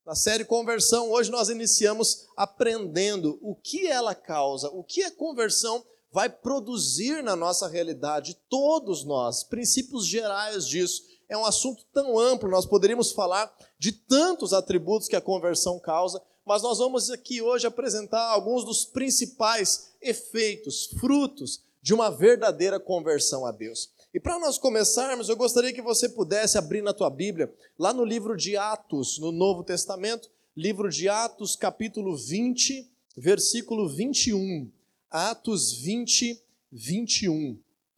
Na série Conversão, hoje nós iniciamos aprendendo o que ela causa, o que a conversão vai produzir na nossa realidade, todos nós, princípios gerais disso. É um assunto tão amplo, nós poderíamos falar de tantos atributos que a conversão causa, mas nós vamos aqui hoje apresentar alguns dos principais efeitos, frutos de uma verdadeira conversão a Deus. E para nós começarmos, eu gostaria que você pudesse abrir na tua Bíblia, lá no livro de Atos, no Novo Testamento, livro de Atos, capítulo 20, versículo 21. Atos 20, 21.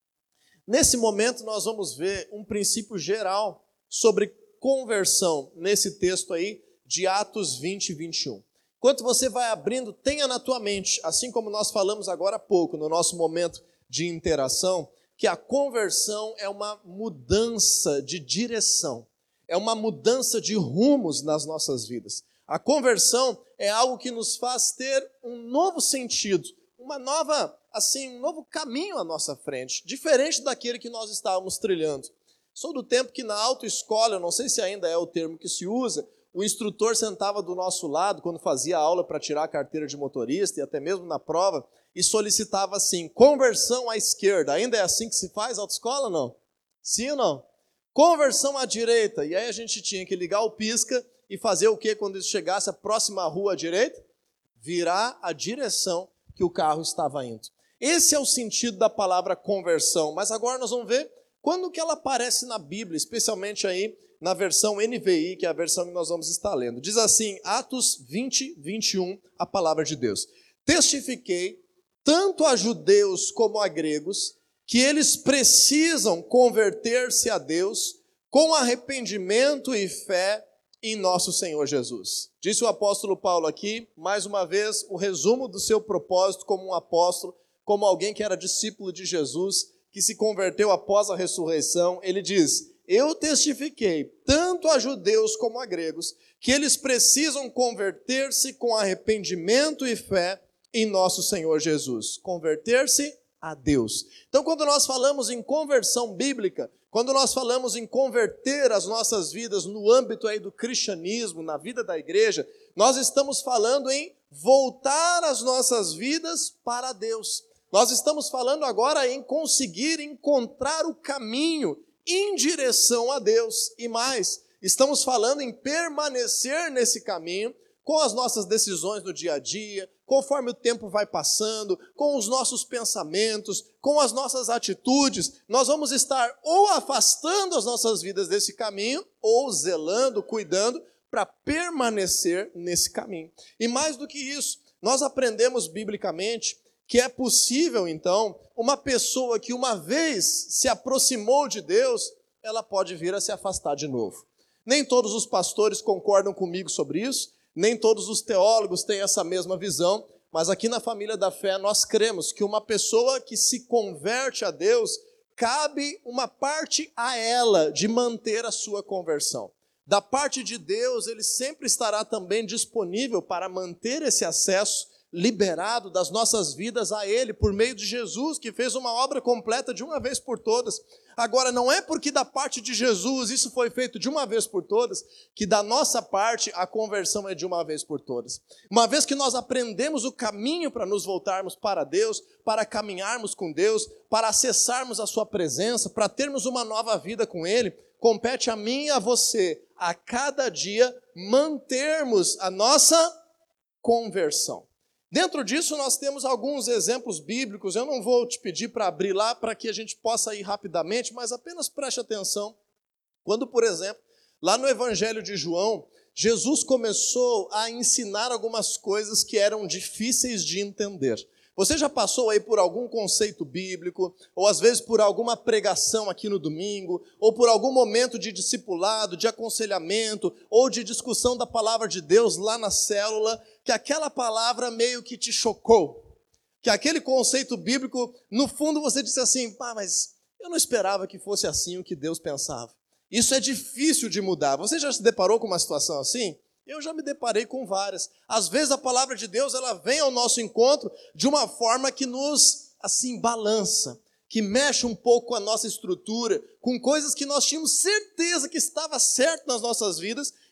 Nesse momento nós vamos ver um princípio geral sobre conversão, nesse texto aí de Atos 20, 21. Enquanto você vai abrindo, tenha na tua mente, assim como nós falamos agora há pouco, no nosso momento de interação, que a conversão é uma mudança de direção, é uma mudança de rumos nas nossas vidas. A conversão é algo que nos faz ter um novo sentido, uma nova, um novo caminho à nossa frente, diferente daquele que nós estávamos trilhando. Sou do tempo que na autoescola, eu não sei se ainda é o termo que se usa, o instrutor sentava do nosso lado quando fazia aula para tirar a carteira de motorista e até mesmo na prova, e solicitava assim, conversão à esquerda. Ainda é assim que se faz autoescola ou não? Sim ou não? Conversão à direita. E aí a gente tinha que ligar o pisca e fazer o quê quando chegasse a próxima rua à direita? Virar a direção que o carro estava indo. Esse é o sentido da palavra conversão. Mas agora nós vamos ver quando que ela aparece na Bíblia, especialmente aí na versão NVI, que é a versão que nós vamos estar lendo. Diz assim, Atos 20, 21, a palavra de Deus. Testifiquei, tanto a judeus como a gregos, que eles precisam converter-se a Deus com arrependimento e fé em nosso Senhor Jesus. Disse o apóstolo Paulo aqui, mais uma vez, o resumo do seu propósito como um apóstolo, como alguém que era discípulo de Jesus, que se converteu após a ressurreição. Ele diz, eu testifiquei, tanto a judeus como a gregos, que eles precisam converter-se com arrependimento e fé em nosso Senhor Jesus. Converter-se a Deus. Então, quando nós falamos em conversão bíblica, quando nós falamos em converter as nossas vidas no âmbito aí do cristianismo, na vida da igreja, nós estamos falando em voltar as nossas vidas para Deus. Nós estamos falando agora em conseguir encontrar o caminho em direção a Deus. E mais, estamos falando em permanecer nesse caminho com as nossas decisões do dia a dia, conforme o tempo vai passando, com os nossos pensamentos, com as nossas atitudes, nós vamos estar ou afastando as nossas vidas desse caminho, ou zelando, cuidando, para permanecer nesse caminho. E mais do que isso, nós aprendemos biblicamente que é possível, então, uma pessoa que uma vez se aproximou de Deus, ela pode vir a se afastar de novo. Nem todos os pastores concordam comigo sobre isso, nem todos os teólogos têm essa mesma visão, mas aqui na Família da Fé nós cremos que uma pessoa que se converte a Deus, cabe uma parte a ela de manter a sua conversão. Da parte de Deus, ele sempre estará também disponível para manter esse acesso liberado das nossas vidas a Ele, por meio de Jesus, que fez uma obra completa de uma vez por todas. Agora, não é porque da parte de Jesus isso foi feito de uma vez por todas, que da nossa parte a conversão é de uma vez por todas. Uma vez que nós aprendemos o caminho para nos voltarmos para Deus, para caminharmos com Deus, para acessarmos a sua presença, para termos uma nova vida com Ele, compete a mim e a você, a cada dia, mantermos a nossa conversão. Dentro disso, nós temos alguns exemplos bíblicos. Eu não vou te pedir para abrir lá para que a gente possa ir rapidamente, mas apenas preste atenção. Quando, por exemplo, lá no Evangelho de João, Jesus começou a ensinar algumas coisas que eram difíceis de entender. Você já passou aí por algum conceito bíblico, ou às vezes por alguma pregação aqui no domingo, ou por algum momento de discipulado, de aconselhamento, ou de discussão da palavra de Deus lá na célula, que aquela palavra meio que te chocou, que aquele conceito bíblico, no fundo você disse assim, mas eu não esperava que fosse assim o que Deus pensava. Isso é difícil de mudar. Você já se deparou com uma situação assim? Eu já me deparei com várias. Às vezes a palavra de Deus ela vem ao nosso encontro de uma forma que nos balança, que mexe um pouco com a nossa estrutura, com coisas que nós tínhamos certeza que estava certo nas nossas vidas,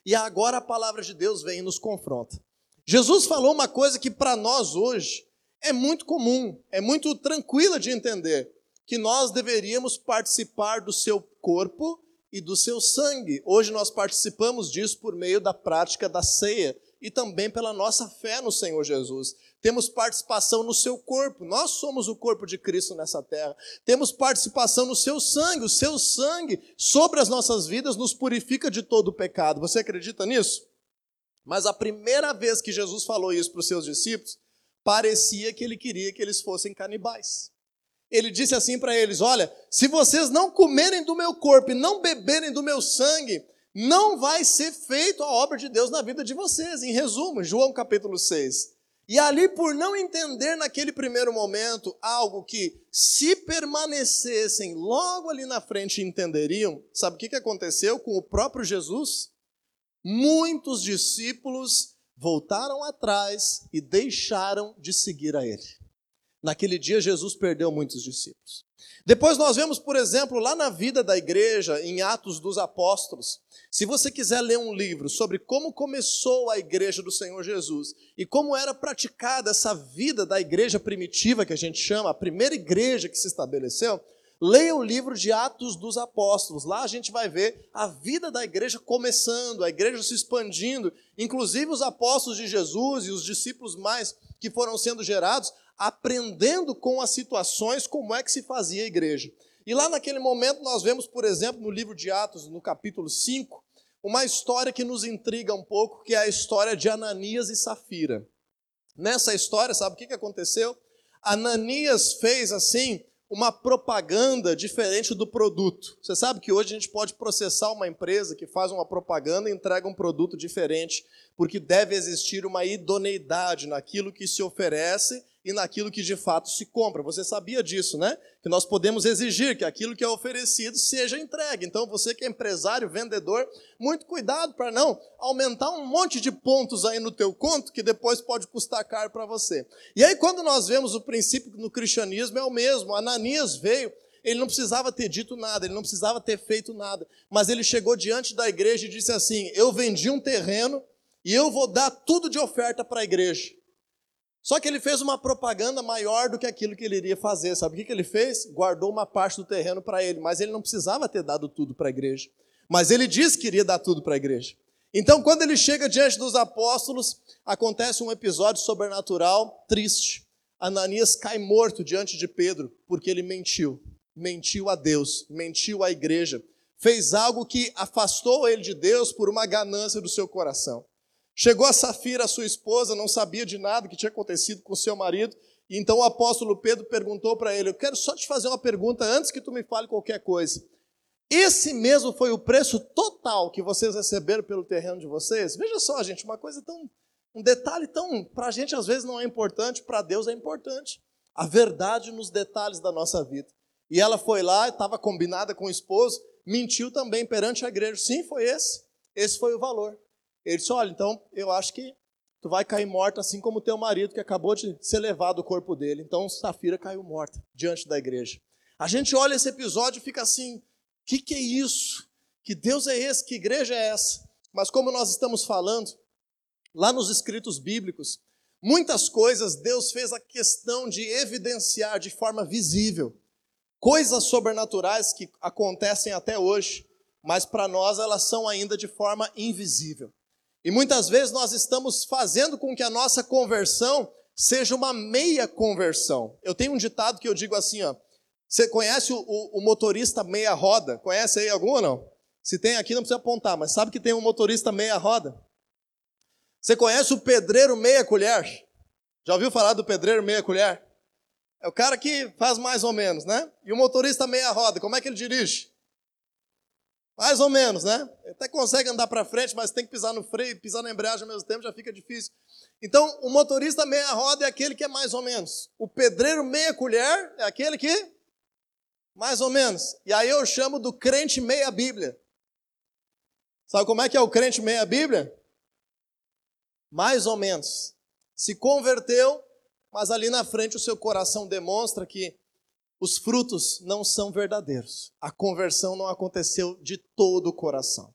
E agora a palavra de Deus vem e nos confronta. Jesus falou uma coisa que para nós hoje é muito comum, é muito tranquila de entender, que nós deveríamos participar do seu corpo e do seu sangue. Hoje nós participamos disso por meio da prática da ceia e também pela nossa fé no Senhor Jesus. Temos participação no seu corpo, nós somos o corpo de Cristo nessa terra. Temos participação no seu sangue, o seu sangue sobre as nossas vidas nos purifica de todo o pecado. Você acredita nisso? Mas a primeira vez que Jesus falou isso para os seus discípulos, parecia que ele queria que eles fossem canibais. Ele disse assim para eles: olha, se vocês não comerem do meu corpo e não beberem do meu sangue, não vai ser feita a obra de Deus na vida de vocês. Em resumo, João capítulo 6. E ali, por não entender naquele primeiro momento algo que, se permanecessem logo ali na frente entenderiam, sabe o que aconteceu com o próprio Jesus? Muitos discípulos voltaram atrás e deixaram de seguir a ele. Naquele dia, Jesus perdeu muitos discípulos. Depois nós vemos, por exemplo, lá na vida da igreja, em Atos dos Apóstolos. Se você quiser ler um livro sobre como começou a igreja do Senhor Jesus e como era praticada essa vida da igreja primitiva, que a gente chama, a primeira igreja que se estabeleceu, leia o livro de Atos dos Apóstolos. Lá a gente vai ver a vida da igreja começando, a igreja se expandindo, inclusive os apóstolos de Jesus e os discípulos mais que foram sendo gerados, aprendendo com as situações como é que se fazia a igreja. E lá naquele momento nós vemos, por exemplo, no livro de Atos, no capítulo 5, uma história que nos intriga um pouco, que é a história de Ananias e Safira. Nessa história, sabe o que aconteceu? Ananias fez assim uma propaganda diferente do produto. Você sabe que hoje a gente pode processar uma empresa que faz uma propaganda e entrega um produto diferente, porque deve existir uma idoneidade naquilo que se oferece e naquilo que de fato se compra. Você sabia disso, né? Que nós podemos exigir que aquilo que é oferecido seja entregue. Então, você que é empresário, vendedor, muito cuidado para não aumentar um monte de pontos aí no teu conto, que depois pode custar caro para você. E aí, quando nós vemos o princípio no cristianismo, é o mesmo. Ananias veio, ele não precisava ter dito nada, ele não precisava ter feito nada, mas ele chegou diante da igreja e disse assim: eu vendi um terreno e eu vou dar tudo de oferta para a igreja. Só que ele fez uma propaganda maior do que aquilo que ele iria fazer. Sabe o que ele fez? Guardou uma parte do terreno para ele, mas ele não precisava ter dado tudo para a igreja. Mas ele disse que iria dar tudo para a igreja. Então, quando ele chega diante dos apóstolos, acontece um episódio sobrenatural triste. Ananias cai morto diante de Pedro, porque ele mentiu. Mentiu a Deus, mentiu à igreja. Fez algo que afastou ele de Deus por uma ganância do seu coração. Chegou a Safira, a sua esposa, não sabia de nada que tinha acontecido com o seu marido, e então o apóstolo Pedro perguntou para ele: eu quero só te fazer uma pergunta antes que tu me fale qualquer coisa. Esse mesmo foi o preço total que vocês receberam pelo terreno de vocês? Veja só, gente, uma coisa tão, um detalhe tão, para a gente às vezes não é importante, para Deus é importante. A verdade nos detalhes da nossa vida. E ela foi lá, estava combinada com o esposo, mentiu também perante a igreja. Sim, foi esse. Esse foi o valor. Ele disse: olha, então eu acho que tu vai cair morta assim como o teu marido que acabou de ser levado do corpo dele. Então Safira caiu morta diante da igreja. A gente olha esse episódio e fica assim: o que é isso? Que Deus é esse? Que igreja é essa? Mas como nós estamos falando, lá nos escritos bíblicos, muitas coisas Deus fez a questão de evidenciar de forma visível. Coisas sobrenaturais que acontecem até hoje, mas para nós elas são ainda de forma invisível. E muitas vezes nós estamos fazendo com que a nossa conversão seja uma meia conversão. Eu tenho um ditado que eu digo assim, ó. Você conhece o motorista meia roda? Conhece aí algum ou não? Se tem aqui não precisa apontar, mas sabe que tem um motorista meia roda? Você conhece o pedreiro meia colher? Já ouviu falar do pedreiro meia colher? É o cara que faz mais ou menos, né? E o motorista meia roda, como é que ele dirige? Mais ou menos, né? Ele até consegue andar para frente, mas tem que pisar no freio, pisar na embreagem ao mesmo tempo, já fica difícil. Então, o motorista meia roda é aquele que é mais ou menos. O pedreiro meia colher é aquele que mais ou menos. E aí eu chamo do crente meia Bíblia. Sabe como é que é o crente meia Bíblia? Mais ou menos. Se converteu, mas ali na frente o seu coração demonstra que os frutos não são verdadeiros. A conversão não aconteceu de todo o coração.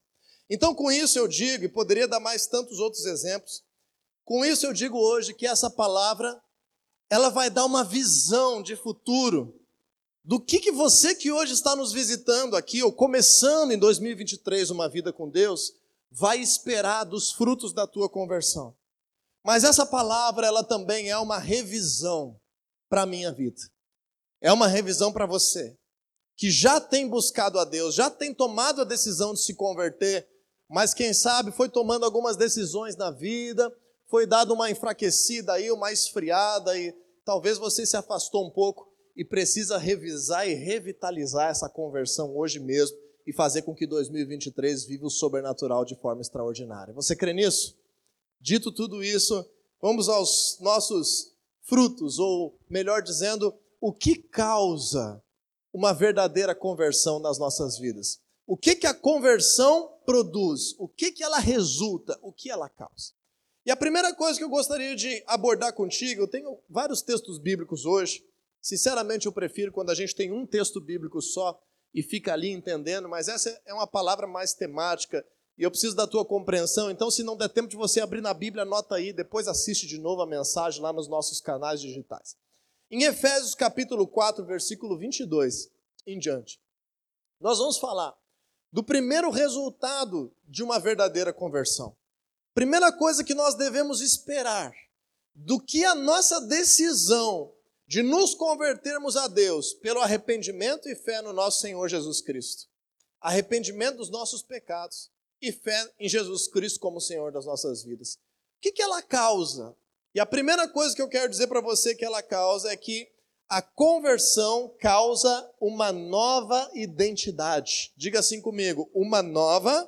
Então, com isso eu digo, e poderia dar mais tantos outros exemplos, com isso eu digo hoje que essa palavra, ela vai dar uma visão de futuro do que você que hoje está nos visitando aqui, ou começando em 2023 uma vida com Deus, vai esperar dos frutos da tua conversão. Mas essa palavra, ela também é uma revisão para a minha vida. É uma revisão para você, que já tem buscado a Deus, já tem tomado a decisão de se converter, mas quem sabe foi tomando algumas decisões na vida, foi dado uma enfraquecida aí, uma esfriada, e talvez você se afastou um pouco e precisa revisar e revitalizar essa conversão hoje mesmo e fazer com que 2023 viva o sobrenatural de forma extraordinária. Você crê nisso? Dito tudo isso, vamos aos nossos frutos, ou melhor dizendo, o que causa uma verdadeira conversão nas nossas vidas? O que a conversão produz? O que ela resulta? O que ela causa? E a primeira coisa que eu gostaria de abordar contigo, eu tenho vários textos bíblicos hoje. Sinceramente, eu prefiro quando a gente tem um texto bíblico só e fica ali entendendo, mas essa é uma palavra mais temática e eu preciso da tua compreensão. Então, se não der tempo de você abrir na Bíblia, anota aí, depois assiste de novo a mensagem lá nos nossos canais digitais. Em Efésios capítulo 4, versículo 22 em diante, nós vamos falar do primeiro resultado de uma verdadeira conversão. Primeira coisa que nós devemos esperar do que a nossa decisão de nos convertermos a Deus pelo arrependimento e fé no nosso Senhor Jesus Cristo. Arrependimento dos nossos pecados e fé em Jesus Cristo como Senhor das nossas vidas. O que ela causa? E a primeira coisa que eu quero dizer para você que ela causa é que a conversão causa uma nova identidade. Diga assim comigo, uma nova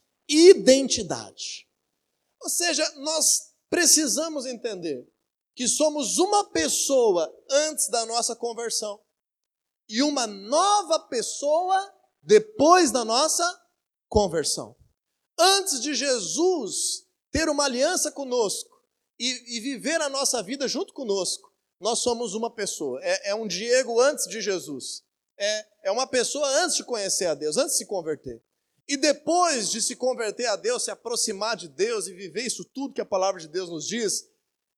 identidade. Ou seja, nós precisamos entender que somos uma pessoa antes da nossa conversão e uma nova pessoa depois da nossa conversão. Antes de Jesus ter uma aliança conosco e viver a nossa vida junto conosco, nós somos uma pessoa. É um Diego antes de Jesus. É uma pessoa antes de conhecer a Deus, antes de se converter. E depois de se converter a Deus, se aproximar de Deus e viver isso tudo que a palavra de Deus nos diz,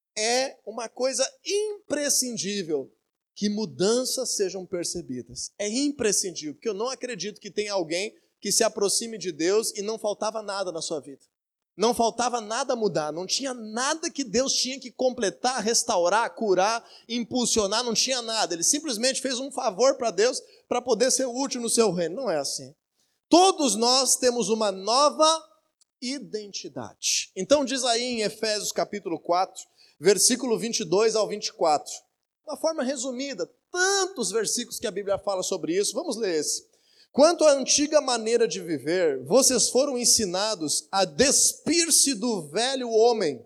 é uma coisa imprescindível que mudanças sejam percebidas. É imprescindível, porque eu não acredito que tenha alguém que se aproxime de Deus e não faltava nada na sua vida. Não faltava nada a mudar, não tinha nada que Deus tinha que completar, restaurar, curar, impulsionar, não tinha nada. Ele simplesmente fez um favor para Deus para poder ser útil no seu reino. Não é assim. Todos nós temos uma nova identidade. Então diz aí em Efésios capítulo 4, versículo 22 ao 24. Uma forma resumida, tantos versículos que a Bíblia fala sobre isso. Vamos ler esse. Quanto à antiga maneira de viver, vocês foram ensinados a despir-se do velho homem,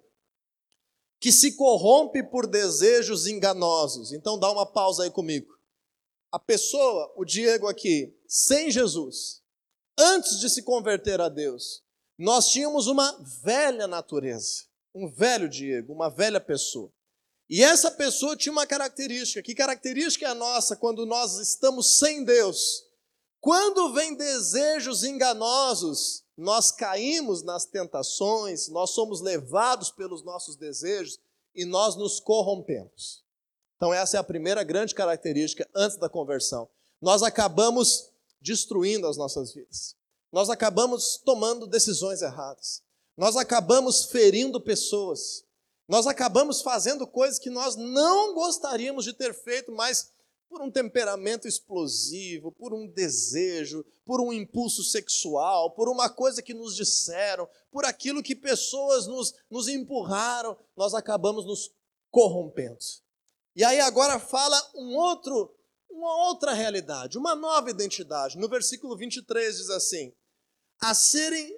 que se corrompe por desejos enganosos. Então dá uma pausa aí comigo. A pessoa, o Diego aqui, sem Jesus, antes de se converter a Deus, nós tínhamos uma velha natureza, um velho Diego, uma velha pessoa. E essa pessoa tinha uma característica. Que característica é a nossa quando nós estamos sem Deus? Quando vem desejos enganosos, nós caímos nas tentações, nós somos levados pelos nossos desejos e nós nos corrompemos. Então essa é a primeira grande característica antes da conversão. Nós acabamos destruindo as nossas vidas. Nós acabamos tomando decisões erradas. Nós acabamos ferindo pessoas. Nós acabamos fazendo coisas que nós não gostaríamos de ter feito, mas por um temperamento explosivo, por um desejo, por um impulso sexual, por uma coisa que nos disseram, por aquilo que pessoas nos empurraram, nós acabamos nos corrompendo. E aí agora fala uma outra realidade, uma nova identidade. No versículo 23 diz assim, a serem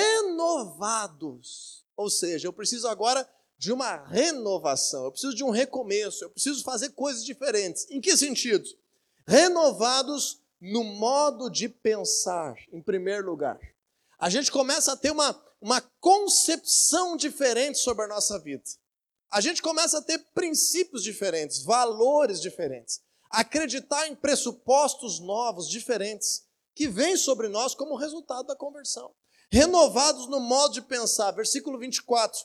renovados. Ou seja, eu preciso agora de uma renovação, eu preciso de um recomeço, eu preciso fazer coisas diferentes. Em que sentido? Renovados no modo de pensar, em primeiro lugar. A gente começa a ter uma concepção diferente sobre a nossa vida. A gente começa a ter princípios diferentes, valores diferentes. Acreditar em pressupostos novos, diferentes, que vêm sobre nós como resultado da conversão. Renovados no modo de pensar. Versículo 24.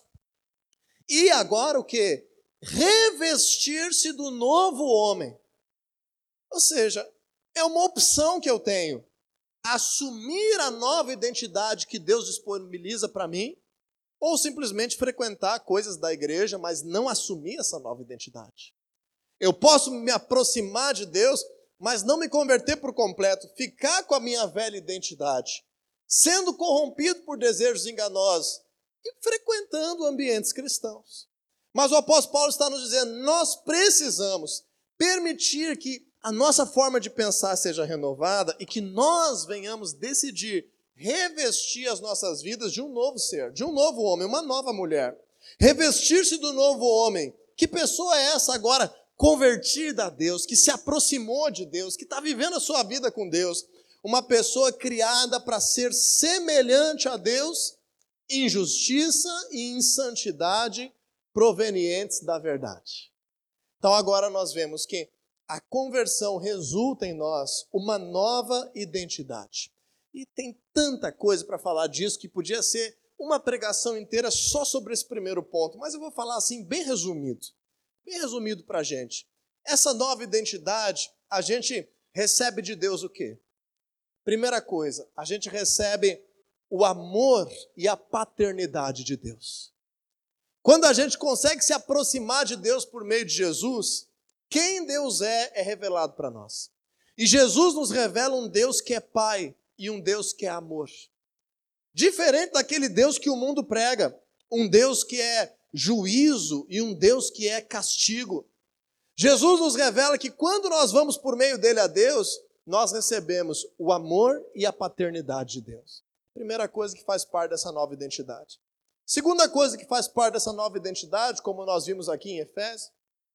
E agora o quê? Revestir-se do novo homem. Ou seja, é uma opção que eu tenho. Assumir a nova identidade que Deus disponibiliza para mim, ou simplesmente frequentar coisas da igreja, mas não assumir essa nova identidade. Eu posso me aproximar de Deus, mas não me converter por completo, ficar com a minha velha identidade, sendo corrompido por desejos enganosos e frequentando ambientes cristãos. Mas o apóstolo Paulo está nos dizendo, nós precisamos permitir que a nossa forma de pensar seja renovada e que nós venhamos decidir revestir as nossas vidas de um novo ser, de um novo homem, uma nova mulher. Revestir-se do novo homem. Que pessoa é essa agora convertida a Deus, que se aproximou de Deus, que está vivendo a sua vida com Deus? Uma pessoa criada para ser semelhante a Deus em justiça e em santidade provenientes da verdade. Então agora nós vemos que a conversão resulta em nós uma nova identidade. E tem tanta coisa para falar disso que podia ser uma pregação inteira só sobre esse primeiro ponto, mas eu vou falar assim bem resumido para a gente. Essa nova identidade, a gente recebe de Deus o quê? Primeira coisa, a gente recebe o amor e a paternidade de Deus. Quando a gente consegue se aproximar de Deus por meio de Jesus, quem Deus é revelado para nós. E Jesus nos revela um Deus que é Pai e um Deus que é amor. Diferente daquele Deus que o mundo prega, um Deus que é juízo e um Deus que é castigo. Jesus nos revela que quando nós vamos por meio dele a Deus, nós recebemos o amor e a paternidade de Deus. Primeira coisa que faz parte dessa nova identidade. Segunda coisa que faz parte dessa nova identidade, como nós vimos aqui em Efésios,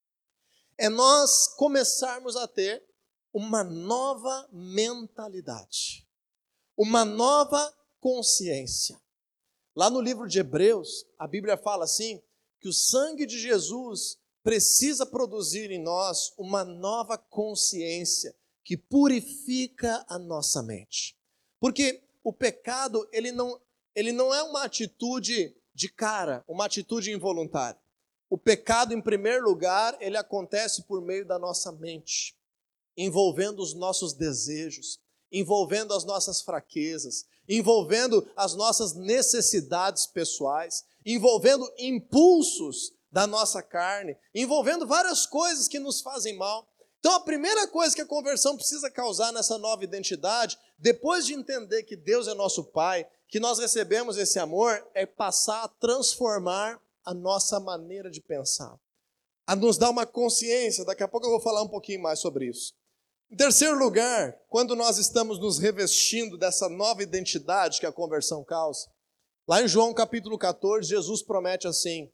é nós começarmos a ter uma nova mentalidade, uma nova consciência. Lá no livro de Hebreus, a Bíblia fala assim, que o sangue de Jesus precisa produzir em nós uma nova consciência que purifica a nossa mente. Porque o pecado, ele não é uma atitude de cara, uma atitude involuntária. O pecado, em primeiro lugar, ele acontece por meio da nossa mente, envolvendo os nossos desejos, envolvendo as nossas fraquezas, envolvendo as nossas necessidades pessoais, envolvendo impulsos da nossa carne, envolvendo várias coisas que nos fazem mal. Então, a primeira coisa que a conversão precisa causar nessa nova identidade, depois de entender que Deus é nosso Pai, que nós recebemos esse amor, é passar a transformar a nossa maneira de pensar, a nos dar uma consciência. Daqui a pouco eu vou falar um pouquinho mais sobre isso. Em terceiro lugar, quando nós estamos nos revestindo dessa nova identidade que a conversão causa, lá em João capítulo 14, Jesus promete assim,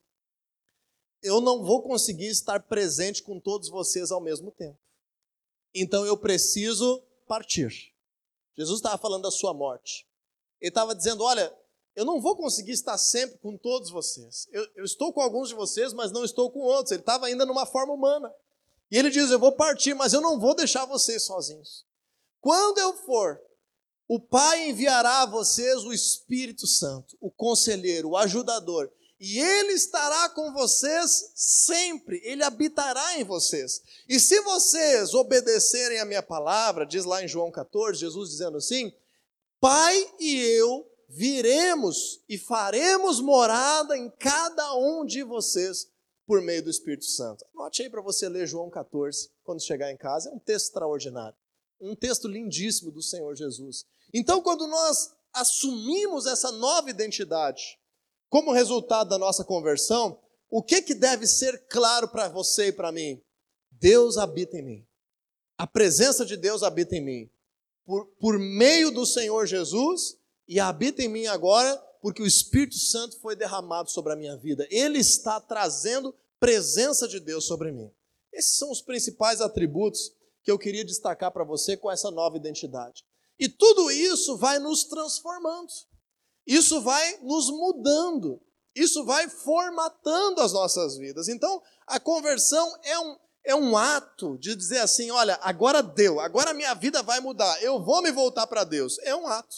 eu não vou conseguir estar presente com todos vocês ao mesmo tempo, então eu preciso partir. Jesus estava falando da sua morte. Ele estava dizendo, olha, eu não vou conseguir estar sempre com todos vocês. Eu estou com alguns de vocês, mas não estou com outros. Ele estava ainda numa forma humana. E ele diz, eu vou partir, mas eu não vou deixar vocês sozinhos. Quando eu for, o Pai enviará a vocês o Espírito Santo, o Conselheiro, o Ajudador. E Ele estará com vocês sempre. Ele habitará em vocês. E se vocês obedecerem a minha palavra, diz lá em João 14, Jesus dizendo assim, Pai e eu viremos e faremos morada em cada um de vocês por meio do Espírito Santo. Anote aí para você ler João 14, quando chegar em casa. É um texto extraordinário. Um texto lindíssimo do Senhor Jesus. Então, quando nós assumimos essa nova identidade, como resultado da nossa conversão, o que deve ser claro para você e para mim? Deus habita em mim. A presença de Deus habita em mim. Por meio do Senhor Jesus, e habita em mim agora, porque o Espírito Santo foi derramado sobre a minha vida. Ele está trazendo presença de Deus sobre mim. Esses são os principais atributos que eu queria destacar para você com essa nova identidade. E tudo isso vai nos transformando. Isso vai nos mudando. Isso vai formatando as nossas vidas. Então, a conversão é um ato de dizer assim, olha, agora deu, agora a minha vida vai mudar, eu vou me voltar para Deus. É um ato.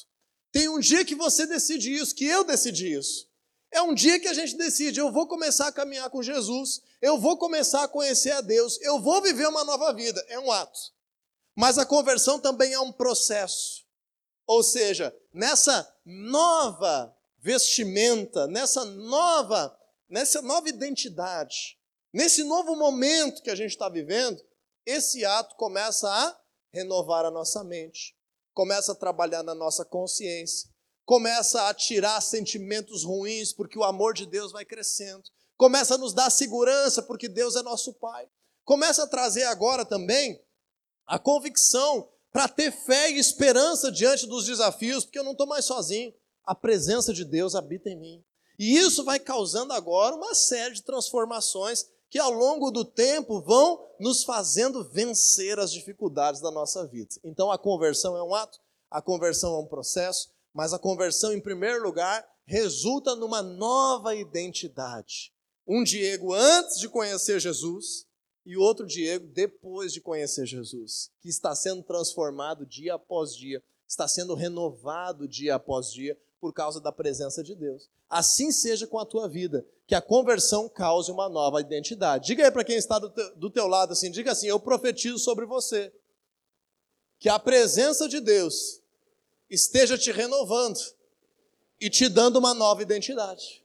Tem um dia que você decide isso, que eu decidi isso. É um dia que a gente decide, eu vou começar a caminhar com Jesus, eu vou começar a conhecer a Deus, eu vou viver uma nova vida. É um ato. Mas a conversão também é um processo. Ou seja, nessa nova vestimenta, nessa nova identidade, nesse novo momento que a gente está vivendo, esse ato começa a renovar a nossa mente, começa a trabalhar na nossa consciência, começa a tirar sentimentos ruins, porque o amor de Deus vai crescendo, começa a nos dar segurança, porque Deus é nosso Pai, começa a trazer agora também a convicção para ter fé e esperança diante dos desafios, porque eu não estou mais sozinho, a presença de Deus habita em mim. E isso vai causando agora uma série de transformações que ao longo do tempo vão nos fazendo vencer as dificuldades da nossa vida. Então a conversão é um ato, a conversão é um processo, mas a conversão, em primeiro lugar, resulta numa nova identidade. Um Diego antes de conhecer Jesus e outro Diego depois de conhecer Jesus, que está sendo transformado dia após dia, está sendo renovado dia após dia por causa da presença de Deus. Assim seja com a tua vida, que a conversão cause uma nova identidade. Diga aí para quem está do teu lado assim, diga assim, eu profetizo sobre você, que a presença de Deus esteja te renovando e te dando uma nova identidade.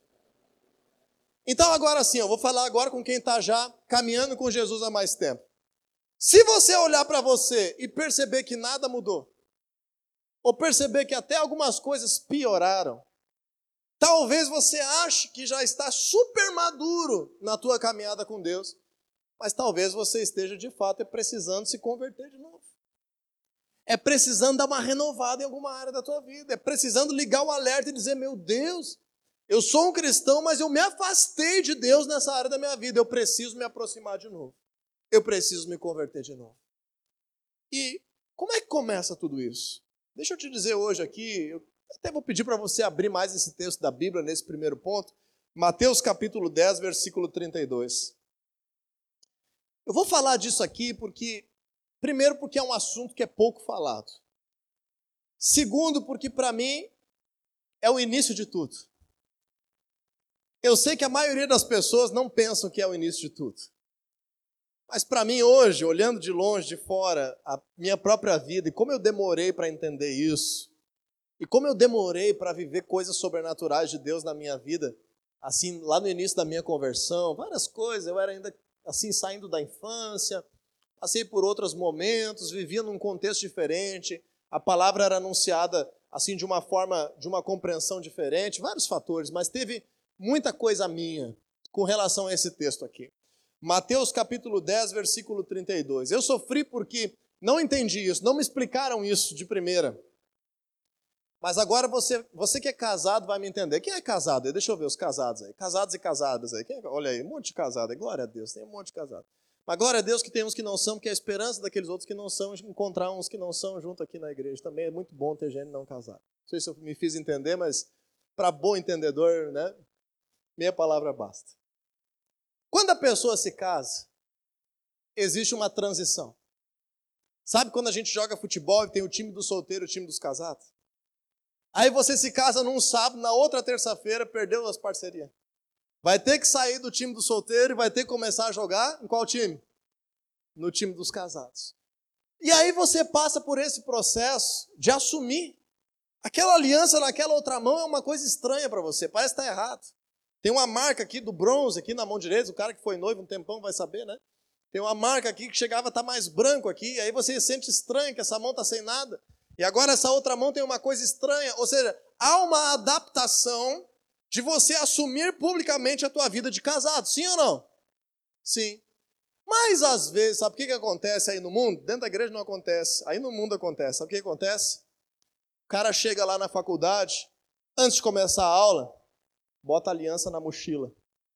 Então agora sim, eu vou falar agora com quem está já caminhando com Jesus há mais tempo. Se você olhar para você e perceber que nada mudou, ou perceber que até algumas coisas pioraram, talvez você ache que já está super maduro na tua caminhada com Deus, mas talvez você esteja de fato precisando se converter de novo. É precisando dar uma renovada em alguma área da tua vida, é precisando ligar o alerta e dizer, meu Deus, eu sou um cristão, mas eu me afastei de Deus nessa área da minha vida, eu preciso me aproximar de novo, eu preciso me converter de novo. E como é que começa tudo isso? Deixa eu te dizer hoje aqui, eu até vou pedir para você abrir mais esse texto da Bíblia nesse primeiro ponto, Mateus capítulo 10, versículo 32. Eu vou falar disso aqui primeiro porque é um assunto que é pouco falado. Segundo, porque para mim é o início de tudo. Eu sei que a maioria das pessoas não pensam que é o início de tudo. Mas para mim hoje, olhando de longe, de fora, a minha própria vida, e como eu demorei para entender isso, e como eu demorei para viver coisas sobrenaturais de Deus na minha vida, assim, lá no início da minha conversão, várias coisas, eu era ainda assim, saindo da infância, passei por outros momentos, vivia num contexto diferente, a palavra era anunciada assim de uma forma, de uma compreensão diferente, vários fatores, mas teve muita coisa minha com relação a esse texto aqui. Mateus capítulo 10, versículo 32. Eu sofri porque não entendi isso, não me explicaram isso de primeira. Mas agora você que é casado vai me entender. Quem é casado aí? Deixa eu ver os casados aí. Casados e casadas aí. Olha aí, um monte de casado aí. Glória a Deus, tem um monte de casado. Mas glória a Deus que tem uns que não são, porque a esperança daqueles outros que não são, encontrar uns que não são junto aqui na igreja. Também é muito bom ter gente não casada. Não sei se eu me fiz entender, mas para bom entendedor, né? Meia palavra basta. Quando a pessoa se casa, existe uma transição. Sabe quando a gente joga futebol e tem o time do solteiro e o time dos casados? Aí você se casa num sábado, na outra terça-feira perdeu as parcerias. Vai ter que sair do time do solteiro e vai ter que começar a jogar em qual time? No time dos casados. E aí você passa por esse processo de assumir. Aquela aliança naquela outra mão é uma coisa estranha para você, parece que está errado. Tem uma marca aqui do bronze aqui na mão direita, o cara que foi noivo um tempão vai saber, né? Tem uma marca aqui que chegava a estar mais branco aqui, aí você sente estranho que essa mão está sem nada. E agora essa outra mão tem uma coisa estranha, ou seja, há uma adaptação de você assumir publicamente a tua vida de casado, sim ou não? Sim. Mas às vezes, sabe o que acontece aí no mundo? Dentro da igreja não acontece, aí no mundo acontece. Sabe o que acontece? O cara chega lá na faculdade, antes de começar a aula, bota a aliança na mochila.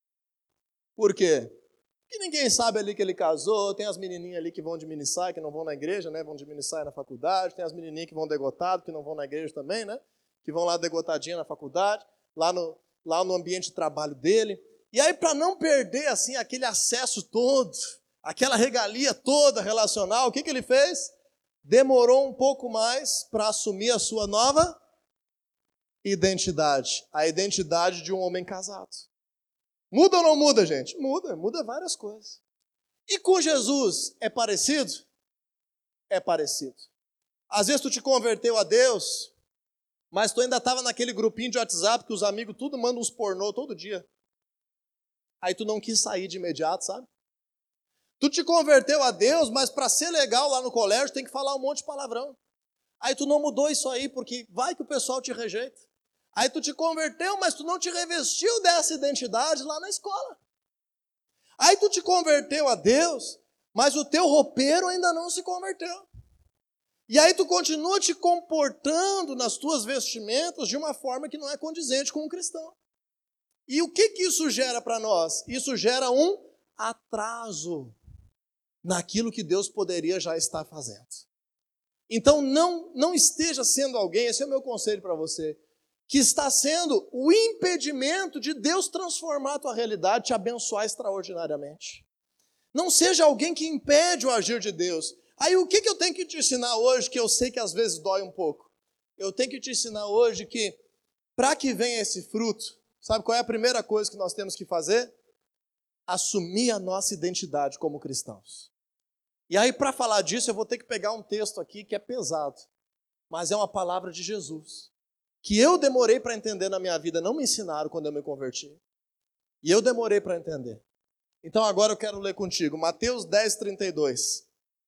Por quê? Porque ninguém sabe ali que ele casou, tem as menininhas ali que vão de minissaia, que não vão na igreja, né? Vão de minissaia na faculdade, tem as menininhas que vão degotado, que não vão na igreja também, né? Que vão lá degotadinha na faculdade, lá no ambiente de trabalho dele. E aí, para não perder assim aquele acesso todo, aquela regalia toda relacional, o que ele fez? Demorou um pouco mais para assumir a sua nova identidade? A identidade de um homem casado. Muda ou não muda, gente? Muda várias coisas. E com Jesus é parecido? É parecido. Às vezes tu te converteu a Deus, mas tu ainda estava naquele grupinho de WhatsApp que os amigos tudo mandam uns pornô todo dia. Aí tu não quis sair de imediato, sabe? Tu te converteu a Deus, mas para ser legal lá no colégio tem que falar um monte de palavrão. Aí tu não mudou isso aí, porque vai que o pessoal te rejeita. Aí tu te converteu, mas tu não te revestiu dessa identidade lá na escola. Aí tu te converteu a Deus, mas o teu roupeiro ainda não se converteu. E aí tu continua te comportando nas tuas vestimentas de uma forma que não é condizente com um cristão. E o que isso gera para nós? Isso gera um atraso naquilo que Deus poderia já estar fazendo. Então não esteja sendo alguém, esse é o meu conselho para você, que está sendo o impedimento de Deus transformar a tua realidade, te abençoar extraordinariamente. Não seja alguém que impede o agir de Deus. Aí o que eu tenho que te ensinar hoje, que eu sei que às vezes dói um pouco? Eu tenho que te ensinar hoje que, para que venha esse fruto, sabe qual é a primeira coisa que nós temos que fazer? Assumir a nossa identidade como cristãos. E aí, para falar disso, eu vou ter que pegar um texto aqui que é pesado, mas é uma palavra de Jesus, que eu demorei para entender na minha vida, não me ensinaram quando eu me converti. E eu demorei para entender. Então agora eu quero ler contigo, Mateus 10:32.